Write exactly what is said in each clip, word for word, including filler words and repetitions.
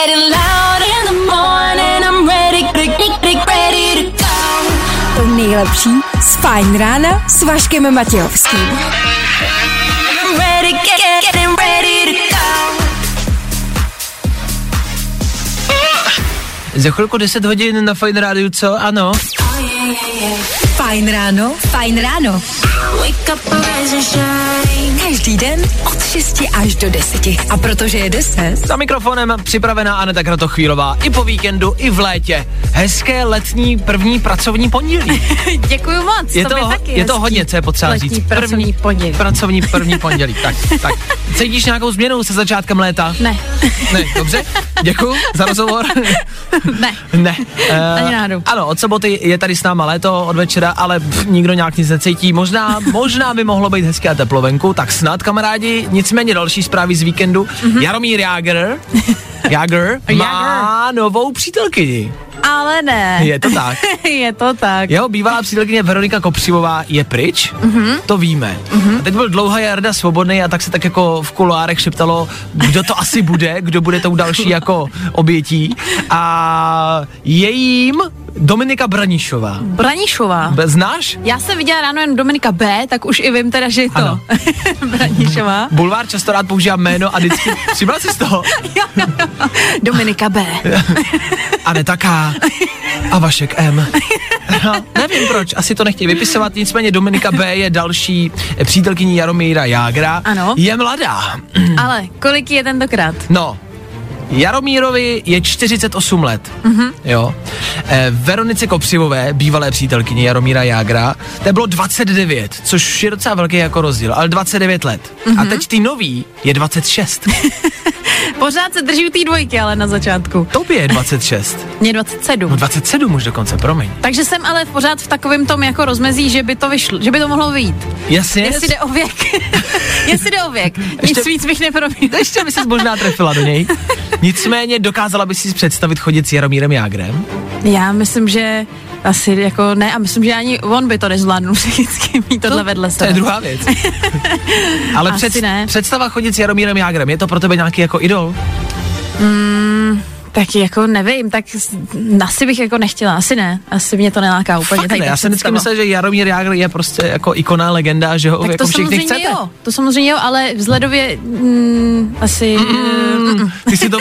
To nejlepší z Fajn rána s Vaškem Matějovským. Za chvilku deset hodin na Fajn rádiu, co? Ano. Fajn ráno, Fajn ráno. Každý den od šesti až do deseti. A protože je deset. Za mikrofonem připravená Aneta Kratochvílová i po víkendu, i v létě. Hezké letní první pracovní pondělí. Děkuju moc, je to, to taky Je to hodně, co je potřeba letní říct. Pracovní pondělí. Pracovní první pondělí, tak, tak. Cítíš nějakou změnu se začátkem léta? Ne. Ne, dobře, děkuju za rozhovor. Ne. Ne. Ani Uh, náhodou. ano, od soboty je tady s náma léto od večera, ale pff, nikdo nějak nic necítí. Možná, možná by mohlo být hezké a teplo venku, tak snad, kamarádi. Nicméně další zprávy z víkendu. Mm-hmm. Jaromír Jágr, Jágr má novou přítelkyni. Ale ne. Je to tak. Je to tak. Jeho bývalá přítelkyně Veronika Kopřivová je pryč, mm-hmm. to víme. Mm-hmm. A teď byl dlouhá Jarda Svobodný a tak se tak jako v kuloárech šeptalo, kdo to asi bude, kdo bude tou další jako obětí. A jejím Dominika Branišová. Branišová. Be, znáš? Já jsem viděla ráno jen Dominika B, tak už i vím teda, že je to Branišová. Bulvár často rád používá jméno a vždycky přibral si z toho. Jo, jo, jo. Dominika B. Aneta K. A Vašek M. No, nevím proč, asi to nechtějí vypisovat, nicméně Dominika B. je další přítelkyní Jaromíra Jágra. Ano. Je mladá. Ale kolik je tentokrát? No, Jaromírovi je čtyřicet osm let, mm-hmm. jo. E, Veronice Kopřivové, bývalé přítelkyně Jaromíra Jágra, to bylo dvacet devět, což je docela velký jako rozdíl, ale dvacet devět let. Mm-hmm. A teď ty nový je dvacet šest. Pořád se drží u té dvojky, ale na začátku. Tobě je dvacet šest. Mně dvacet sedm. No dvacet sedm už dokonce, promiň. Takže jsem ale pořád v takovém tom jako rozmezí, že by to vyšlo, že by to mohlo vyjít. Jasně. Jestli jde o věk. Jestli jde o věk. Nic Ještě, víc bych nepromínal. Ještě by ses možná trefila do něj. Nicméně dokázala by si představit chodit s Jaromírem Jágrem? Já myslím, že asi jako ne a myslím, že ani on by to nezvládnul psychicky mít tohle to, vedle sebe. To je druhá věc. Ale před, představa chodit s Jaromírem Jágrem, je to pro tebe nějaký jako idol? Mm, tak jako nevím, tak asi bych jako nechtěla, asi ne, asi mě to neláká úplně. Fakt ne, já jsem vždycky myslel, že Jaromír Jágr je prostě jako ikona, legenda, že ho tak jako všichni chcete. Jo, to samozřejmě jo, ale vzhledově mm, asi... Mm, mm, ty si to...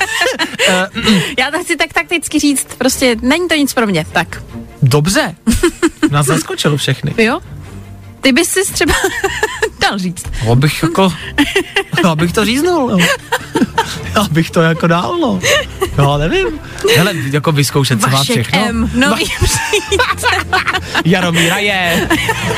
Já to chci tak takticky říct, prostě není to nic pro mě, tak. Dobře, nás zaskočilo všechny. Jo? Ty bys si třeba dal říct. Abych jako, abych to říznul, no. Abych to jako dal, no. No, nevím. Hele, jako vyzkoušet se má všechno. Vašek M, nový přítel. Jaromíra je.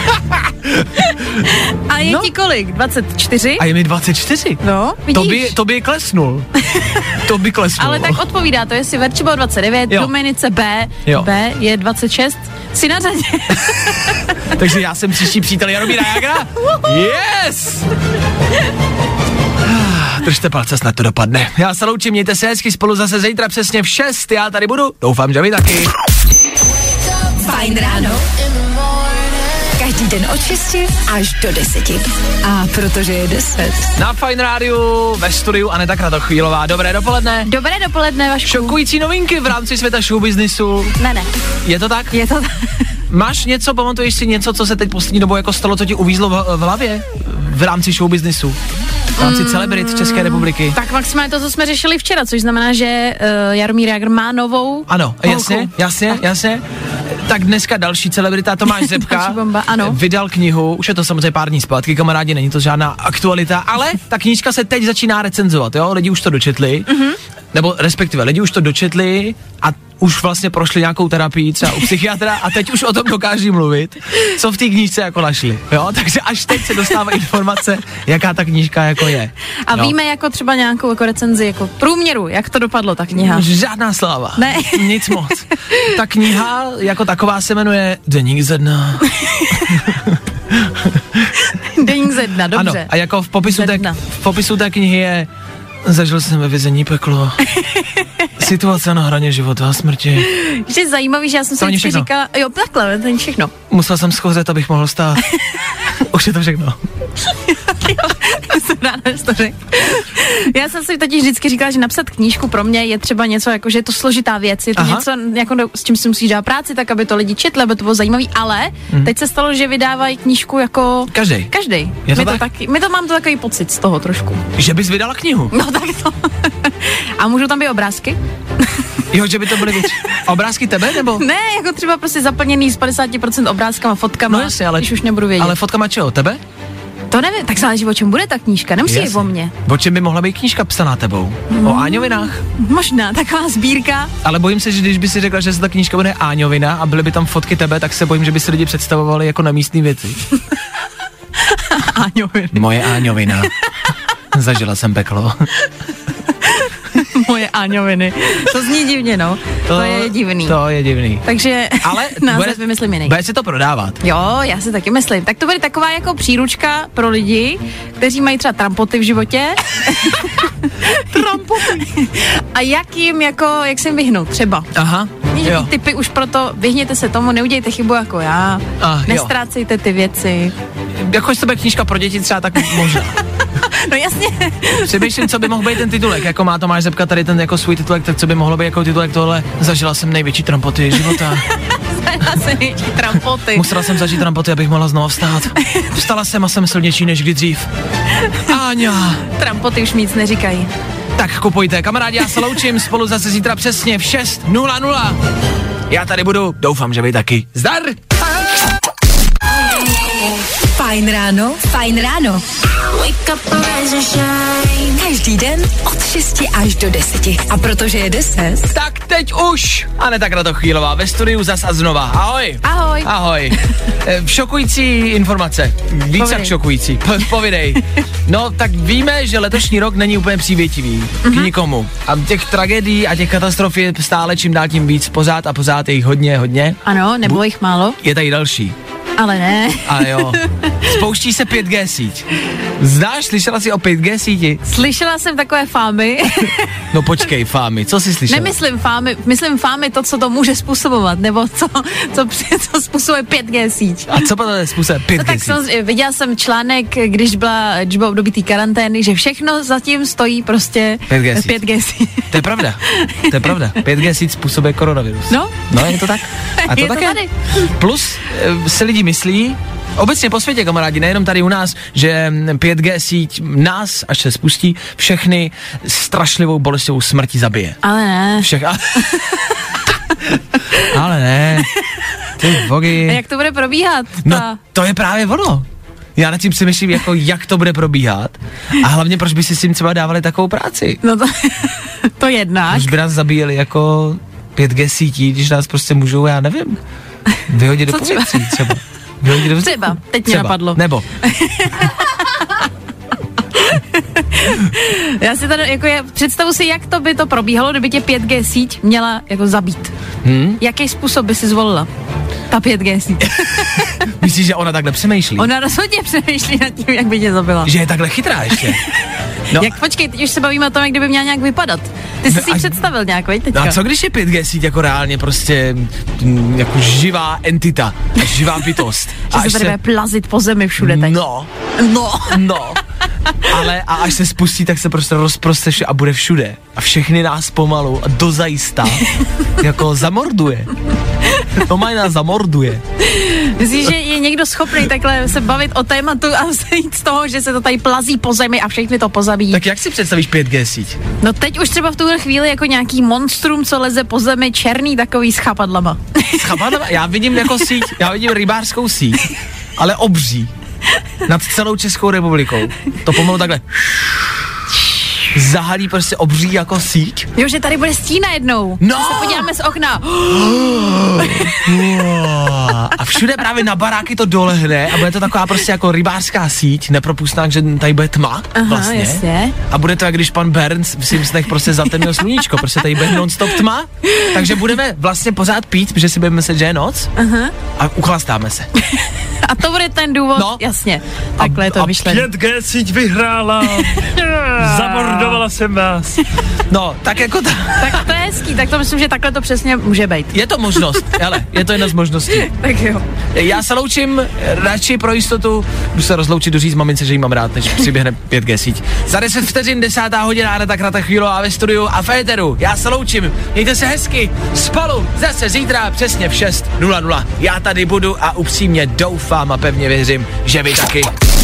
A je no. ti kolik? dvacet čtyři? A je mi dvacet čtyři. No, vidíš. To by, to by klesnul. To by klesnul. Ale tak odpovídá to, jestli Verči bylo dvacet devět, jo. Dominice B, jo. B je dvacet šest, jsi na řadě. Takže já jsem příští přítel Jaromíra Jágra? Yes! Držte palce, snad to dopadne. Já se loučím, mějte se hezky, spolu zase zítra přesně v šest, já tady budu, doufám, že vy taky. Fajn ráno. Každý den od šesti až do deseti. A protože je deset. Na Fajn rádiu ve studiu Aneta Kratochvílová. Dobré dopoledne. Dobré dopoledne, Vašku. Šokující novinky v rámci světa showbiznisu. Ne, ne. Je to tak? Je to tak. Máš něco, pamatuješ si něco, co se teď poslední dobou jako stalo, co ti uvízlo v, v hlavě v rámci showbiznisu? V rámci mm, celebrit České republiky. Tak maximálně to, co jsme řešili včera, což znamená, že uh, Jaromír Jágr má novou Ano, jasně, jasně, jasně. Tak dneska další celebrita, Tomáš Řepka, bomba, ano. vydal knihu, už je to samozřejmě pár dní zpátky, kamarádi, není to žádná aktualita, ale ta knížka se teď začíná recenzovat, jo, lidi už to dočetli, mm-hmm. nebo respektive lidi už to dočetli a už vlastně prošli nějakou terapii třeba u psychiatra a teď už o tom dokáží mluvit, co v té knížce jako našli, jo, takže až teď se dostává informace, jaká ta knížka jako je. A jo. Víme jako třeba nějakou jako recenzi, jako průměru, jak to dopadlo ta kniha? Žádná sláva. Ne. Nic moc. Ta kniha jako taková se jmenuje Deník ze dna. Deník ze dna, dobře. Ano, a jako v popisu, té, v popisu té knihy je zažil jsem ve vězení peklo. Situace na hraně života a smrti. Že je zajímavý, že já jsem si vždycky říkala, jo, takhle, to není všechno. Musel jsem schořet, abych mohl stát. Už je to všechno. Jsem ráda, že to řekl. Já jsem si totiž vždycky říkala, že napsat knížku pro mě je třeba něco, jako, že je to složitá věc, je to Aha. něco, jako, s čím si musíš dát práci, tak aby to lidi četli, aby to bylo zajímavý, ale mm. teď se stalo, že vydávají knížku jako... Každej. Každej. Je to my, tak? to taky, my to mám to takový pocit z toho trošku. Že bys vydala knihu? No tak to. A můžou tam být obrázky? Jo, že by to byly věc. Obrázky tebe, nebo? Ne, jako třeba prostě zaplněný z padesát procent obrázkama, fotkama, no jasně, ale, když už nebudu vědět. Ale fotkama čeho, tebe? To nevím, tak záleží, o čem bude ta knížka, nemusí být o mně. O čem by mohla být knížka psaná tebou? Mm. O áňovinách? Možná, taková sbírka. Ale bojím se, že když by si řekla, že se ta knížka bude áňovina a byly by tam fotky tebe, tak se bojím, že by si lidi představovali jako nemístný věci. Áňovina. Moje áňovina. Zažila jsem peklo. Moje áňoviny. To zní divně, no. To, to je divný. To je divný. Takže ale název vymyslím jiný. Bude se to prodávat. Jo, já si taky myslím. Tak to bude taková jako příručka pro lidi, kteří mají třeba trampoty v životě. Trampoty. A jak jim jako, jak se jim vyhnout třeba. Aha. Jo. Typy už proto, vyhněte se tomu, neudějte chybu jako já. Ah, Nestrácejte ty věci. Jakož to bude knížka pro děti třeba, tak možná. No jasně. Přemýšlím, co by mohl být ten titulek, jako má Tomáš Zepka tady ten jako svůj titulek, tak co by mohlo být jako titulek tohle. Zažila jsem největší trampoty života. Zažila jsem největší trampoty. Musela jsem zažít trampoty, abych mohla znovu vstát. Vstala jsem a jsem silnější než kdy dřív. Áňa. Trampoty už nic neříkají. Tak kupujte, kamarádi, já se loučím, spolu zase zítra přesně v šest nula nula. Já tady budu, doufám, že vy taky. Zdar! Fajn ráno, fajn ráno. Každý den od šesti až do deseti. A protože je deset, tak teď už. Aneta Kratochvílová ve studiu zas a znova. Ahoj. Ahoj. Ahoj. E, šokující informace. Víc Povidej. jak šokující. P- povidej. No, tak víme, že letošní rok není úplně přívětivý mm-hmm. k nikomu. A těch tragédií a těch katastrof je stále čím dál tím víc. Pořád a pořád je jich hodně, hodně. Ano, nebylo jich málo. Je tady další. Ale ne. A jo. Spouští se pět G síť. Znáš, slyšela jsi o pět G síti? Slyšela jsem takové fámy. No počkej, fámy, co jsi slyšela? Nemyslím fámy, myslím fámy to, co to může způsobovat, nebo co, co, co způsobuje pět G síť. A co potom způsobuje pět G no tak síť? samozřejmě, viděla jsem článek, když byla, když byla období té karantény, že všechno zatím stojí prostě pět G síť. pět G síť. To je pravda, to je pravda. pět G síť způsobuje koronavirus. No. No, je to tak. A to je tak to je. tady. Plus e, se lidi myslí, obecně po světě, kamarádi, nejenom tady u nás, že pět G síť nás, až se spustí, všechny strašlivou bolestivou smrtí zabije. Ale ne. Všech, a... Ale ne. Ty bogy. A jak to bude probíhat? No, Ta... to je právě ono. Já nad tím si myslím, jako jak to bude probíhat a hlavně proč by si s tím třeba dávali takovou práci. No to, to jednak. Už by nás zabíjeli jako pět G sítí, když nás prostě můžou, já nevím, vyhodit do povětří třeba. Vyhodit do Třeba, teď mě třeba. napadlo. Nebo. Já si tady, jako je, představu si, jak to by to probíhalo, kdyby tě pět G síť měla jako zabít. Hmm? Jaký způsob by si zvolila? Ta pět G síť. Myslíš, že ona takhle přemýšlí? Ona rozhodně přemýšlí nad tím, jak by tě zabila. Že je takhle chytrá ještě. No. Jak, počkej, teď už se bavíme o tom, jak kdyby měla nějak vypadat. Ty jsi No si a- ji představil nějak, veď teďka? No a co když je pět G síť jako reálně prostě m, jako živá entita, živá bytost. Že se tady bude plazit po zemi všude teď. No, No. no. Ale a až se spustí, tak se prostě rozproste vše a bude všude. A všechny nás pomalu a dozajista jako zamorduje. To mají nás zamorduje. Myslíš, že je někdo schopný takhle se bavit o tématu a jít z toho, že se to tady plazí po zemi a všechny to pozabíjí? Tak jak si představíš pět G síť? No teď už třeba v tuhle chvíli jako nějaký monstrum, co leze po zemi, černý takový s chapadlama. Chápáte? Já vidím jako síť, já vidím rybářskou síť, ale obří. Nad celou Českou republikou. To pomalu takhle zahalí prostě obří jako síť. Jo, že tady bude stína jednou. No! Se podíváme z okna. A všude právě na baráky to dolehne a bude to taková prostě jako rybářská síť, nepropustná, že tady bude tma. Aha, vlastně. jasně. A bude to, jak když pan Burns v Simpsonech prostě zatemnil sluníčko, prostě tady bude non-stop tma, takže budeme vlastně pořád pít, protože si budeme myslet, že je noc. Aha. A uchlastáme se. A to bude ten důvod, No. jasně. Takhle je to a myšlené. pět G síť vyhrála. Zamordo Milovala jsem vás. No, tak jako ta... Tak to je hezký, tak to myslím, že takhle to přesně může být. Je to možnost, ale je to jedna z možností. Tak jo. Já se loučím, radši pro jistotu, jdu se rozloučit, jdu říct mamince, že jí mám rád, než přiběhne pět G síť. Za deset vteřin, desátá hodina, tak na chvíli a ve studiu a v éteru. Já se loučím, mějte se hezky, spolu, zase zítra přesně v šest nula nula. Já tady budu a upřímně doufám a pevně věřím, že vy taky.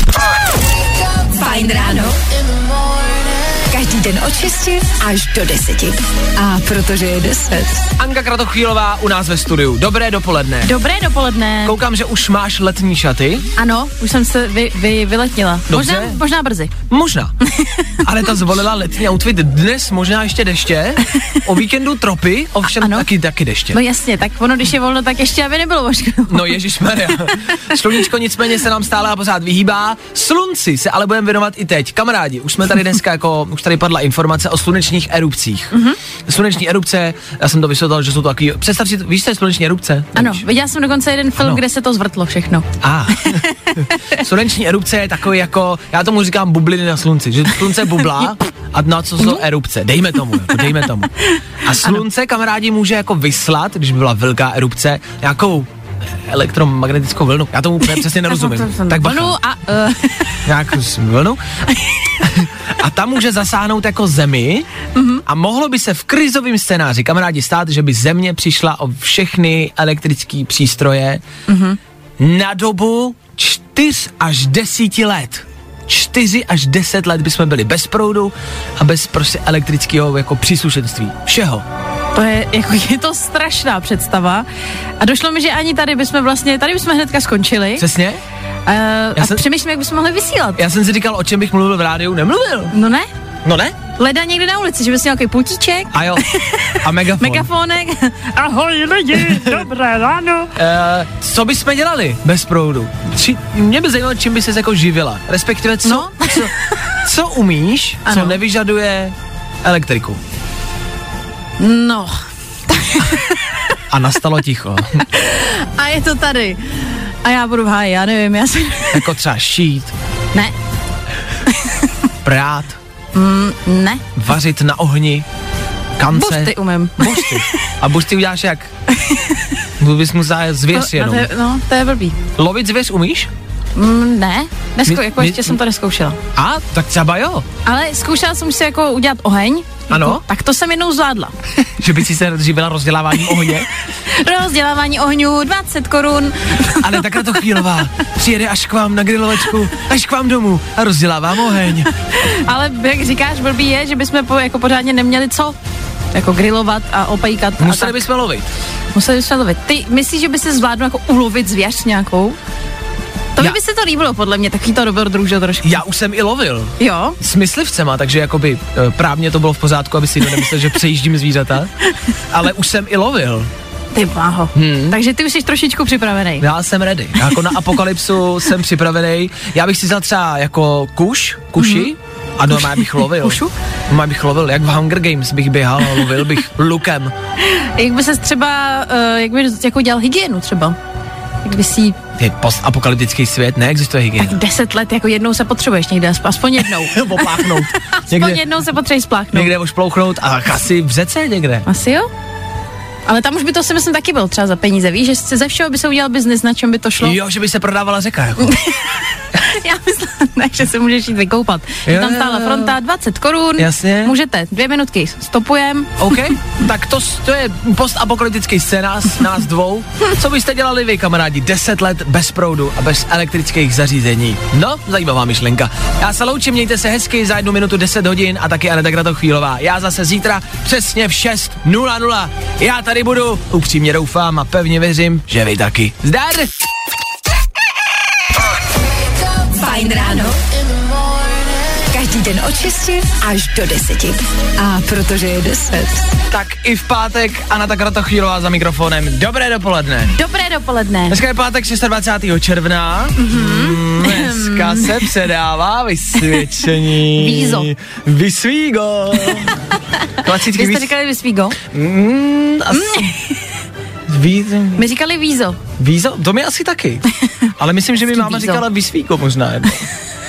Fajn ráno. Každý den od šesti až do deseti. A protože je deset. Anka Kratochvílová u nás ve studiu. Dobré dopoledne. Dobré dopoledne. Koukám, že už máš letní šaty. Ano, už jsem se vy, vy, vyletnila. Dobře. Možná, možná brzy. Možná. Ale ta zvolila letní outfit dnes, možná ještě deště. O víkendu tropy, ovšem ano. taky, taky deště. No jasně, tak ono, když je volno, tak ještě aby nebylo možná. No ježišmarja. Sluníčko nicméně se nám stále a pořád vyhýbá. Slunci se ale budeme věnovat i teď. Kamarádi, už jsme tady dneska jako, už tady padla informace o slunečních erupcích. Mm-hmm. Sluneční erupce, já jsem to vysvětlil, že jsou to takový, představ si, víš, co je sluneční erupce? Ano, Nevíš? viděla jsem dokonce jeden film, ano. kde se to zvrtlo všechno. A. Sluneční erupce je takový jako, já tomu říkám bubliny na slunci, že slunce bublá a na co jsou erupce, dejme tomu, jako dejme tomu. A slunce, ano. kamarádi, může jako vyslat, když by byla velká erupce, nějakou elektromagnetickou vlnu. Já tomu úplně přesně nerozumím. Tak vlnu a... Uh. Nějakou vlnu. A tam může zasáhnout jako zemi mm-hmm. a mohlo by se v krizovém scénáři, kamarádi, stát, že by země přišla o všechny elektrické přístroje mm-hmm. na dobu čtyř až desíti let. Čtyři až deset let bychom byli bez proudu a bez prostě elektrického jako příslušenství. Všeho. To je, jako je to strašná představa. A došlo mi, že ani tady bychom vlastně, tady bychom hnedka skončili. Přesně. Uh, a jsem, přemýšlím, jak bychom mohli vysílat. Já jsem si říkal, o čem bych mluvil v rádiu, nemluvil. No ne. No ne? Leda někde na ulici, že bys měl nějaký pultíček. A jo. A megafon. Megafonek. Ahoj lidi, dobré ráno. Uh, co bychom dělali bez proudu? Či, mě by zajímalo, čím by ses jako živila. Respektive, co, no? co, co umíš, ano. co nevyžaduje elektriku. No. A nastalo ticho. A je to tady. A já budu v háji, já nevím, já si... Jako třeba šít. Ne. Prát. Mm, ne. Vařit na ohni. Kance. Buřty umím. Buřty. A buřty uděláš jak? Bys musel zvěř no, jenom. No to, je, no, to je blbý. Lovit zvěř umíš? Mm, ne. Nesko, my, jako my, ještě jsem to neskoušela. A, tak třeba jo. Ale zkoušela jsem si jako udělat oheň. Ano. Jako, tak to jsem jednou zvládla. Že by si se živila rozděláváním ohně? Rozdělávání ohňů, dvacet korun. Ale tak na to chvílová. Přijede až k vám na grilovačku, až k vám domů a rozdělávám oheň. Ale jak říkáš, blbý je, že bychom po, jako pořádně neměli co jako grilovat a opejkat. Museli bychom lovit. Museli bychom lovit. Ty myslíš, že by se zvládl jako ulovit zvěř nějakou? To by, by se to líbilo, podle mě, takový to dobrodružo trošku. Já už jsem i lovil. Jo? S myslivcema, takže jakoby právně to bylo v pořádku, aby si nemyslel, že přejíždím zvířata. Ale už jsem i lovil. Ty bláho. Hmm. Takže ty už jsi trošičku připravený. Já jsem ready. Já jako na apokalypsu jsem připravený. Já bych si vzal třeba jako kuš, kuši, mm-hmm. a normálně bych lovil. Kušu? Normálně bych lovil, jak v Hunger Games bych běhal a lovil bych lukem. Jak by ses třeba, uh, jak by jako dělal hygienu třeba? Jak by si... Je postapokalyptický svět, neexistuje hygiena. Tak deset let, jako jednou se potřebuješ někde, aspoň jednou. Opláchnout. Aspoň někde, jednou se potřebuješ spláchnout. Někde ošplouchnout a asi v řece někde. Asi jo? Ale tam už by to si myslím taky byl třeba za peníze, víš, že ze všeho by se udělal biznis, na čem by to šlo. Jo, že by se prodávala řeka, jako. Já myslím, ne, že se můžeš jít vykoupat. Je tam stála fronta, dvacet korun. Jasně. Můžete, dvě minutky, stopujem. OK, tak to, to je postapokalyptický scénář nás dvou. Co byste dělali vy, kamarádi? Deset let bez proudu a bez elektrických zařízení. No, zajímavá myšlenka. Já se loučím, mějte se hezky, za jednu minutu deset hodin a taky Aneta Kratochvílová. Já zase zítra přesně v šest nula nula. Já tady budu, upřímně doufám a pevně věřím, že vy taky. Zdar! Fajn ráno. Každý den od šesti až do deseti. A protože je deset. Tak i v pátek Aneta Kratochvílová za mikrofonem. Dobré dopoledne. Dobré dopoledne. Dneska je pátek dvacátého šestého června. Mm-hmm. Dneska se předává vysvědčení. Vízo. Vysvígo. Klasický Vy jste vys... říkali vysvígo? Mm, asi... Vízo. My říkali vízo. Vízo? To mi asi taky. Ale myslím, že mi máma říkala vysvíko možná jedno.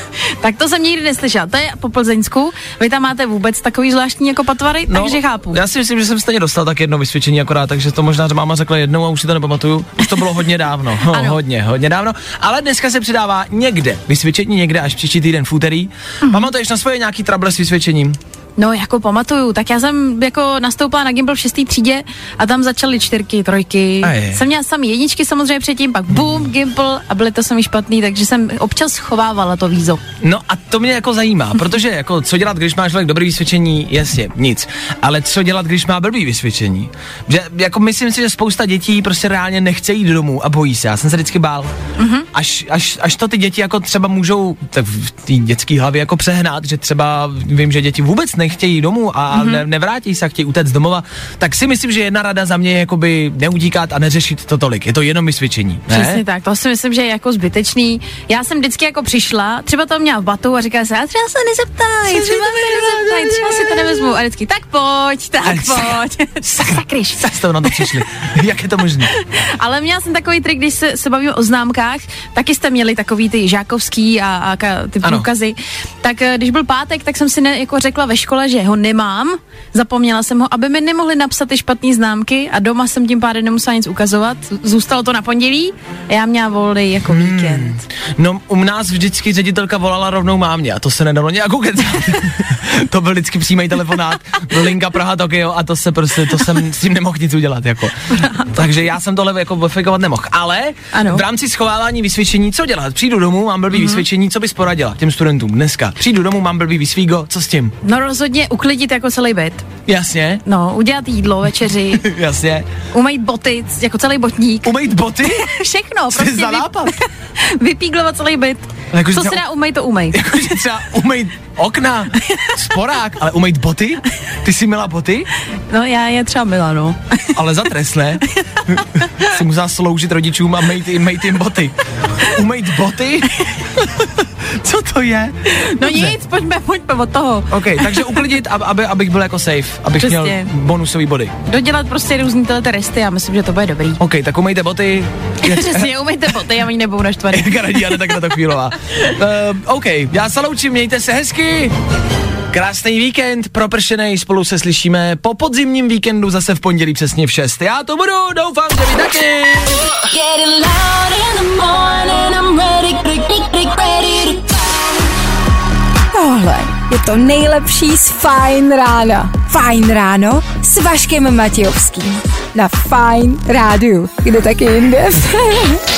Tak to jsem nikdy neslyšela. To je po Plzeňsku. Vy tam máte vůbec takový zvláštní jako patvary, no, takže chápu. Já si myslím, že jsem stejně dostal tak jedno vysvědčení akorát, takže to možná máma řekla jednou a už si to nepamatuju. Už to bylo hodně dávno. No, hodně, hodně dávno. Ale dneska se přidává někde vysvědčení, někde až příští týden v úterý. Mm-hmm. Pamatuješ na svoje nějaký trable s vysvědčením? No, jako pamatuju, tak já jsem jako nastoupila na Gimbal v šestý třídě a tam začaly čtyřky, trojky. Jsem měla sami jedničky samozřejmě předtím, pak boom, Gimbal a byly to sami špatný, takže jsem občas schovávala to vízo. No a to mě jako zajímá, protože jako co dělat, když máš člověk dobrý vysvědčení, jasně, nic. Ale co dělat, když má blbý vysvědčení? Že jako myslím si, že spousta dětí prostě reálně nechce jít domů a bojí se. Já jsem se vždycky bál. Mm-hmm. Až, až, až to ty děti jako třeba můžou tak v té dětské hlavě jako přehnat, že třeba vím, že děti vůbec nechtějí domů a mm-hmm. ne, nevrátí se a chtějí utéct domova, tak si myslím, že jedna rada za mě je jakoby neutíkat a neřešit to tolik. Je to jenom vysvědčení. Ne? Přesně tak, to si myslím, že je jako zbytečný. Já jsem vždycky jako přišla, třeba to měla v batu a říkala se, a třeba se nezeptaj, třeba se nezeptaj, třeba si to nevezmu. A vždycky, tak pojď, tak a pojď. Sakryš. Tak jste na to přišli. Jak je to možné? Ale měla jsem takový trik, když se, se bavíme o známkách, taky jste měli takový ty žákovský a, a ty průkazy. Tak když byl pátek, tak jsem si ne, jako řekla ve škole, že ho nemám, zapomněla jsem ho, aby mi nemohli napsat ty špatné známky a doma jsem tím pádem nemusela nic ukazovat. Zůstalo to na pondělí a já měla volný jako hmm. víkend. No u nás vždycky ředitelka volala rovnou mámě a to se nedalo nějak ukecat. To byl vždycky přímý telefonát, linka Praha Tokio a to se prostě, to jsem s tím nemohl nic udělat jako. Takže já jsem tohle jako fakovat nemohl. Ale ano. V rámci schovávání vysvědčení, co dělat? Přijdu domů, mám blbý mm-hmm. vysvědčení, co bys poradila těm studentům dneska? Přijdu domů, mám blbý vysvígo, co s tím? No rozhodně uklidit jako celý byt. Jasně. No, udělat jídlo, večeři. Jasně. Umýt boty, jako celý botník. Umýt boty? Všechno. Jsi prostě za nápad. Vypíglovat celý byt. Jako, co se dá umýt, to umýt. Jakože třeba umýt okna, sporák, ale umýt boty? Ty jsi měla boty? No já je třeba měla, no. Ale za trest, ne? Jsi musela sloužit rodičům a mejt jim, mejt jim boty. Umýt boty? Co to je? No dobře. Nic, pojďme, pojďme od toho. OK, takže uklidit, aby, abych byl jako safe, abych Přesně. měl bonusový body. Dodělat prostě různý tyhle resty, já myslím, že to bude dobrý. OK, tak umejte boty. Přesně, umejte boty, já oni nebudou naštvaný. Garadí, ale tak na to chvílová. Uh, OK, já se loučím, mějte se hezky. Krásný víkend, propršenej, spolu se slyšíme po podzimním víkendu zase v pondělí přesně v šest. Já to budu, doufám, že vy taky. Tohle je to nejlepší z Fajn rána. Fajn ráno s Vaškem Matějovským. Na Fajn rádiu. Kde taky jinde?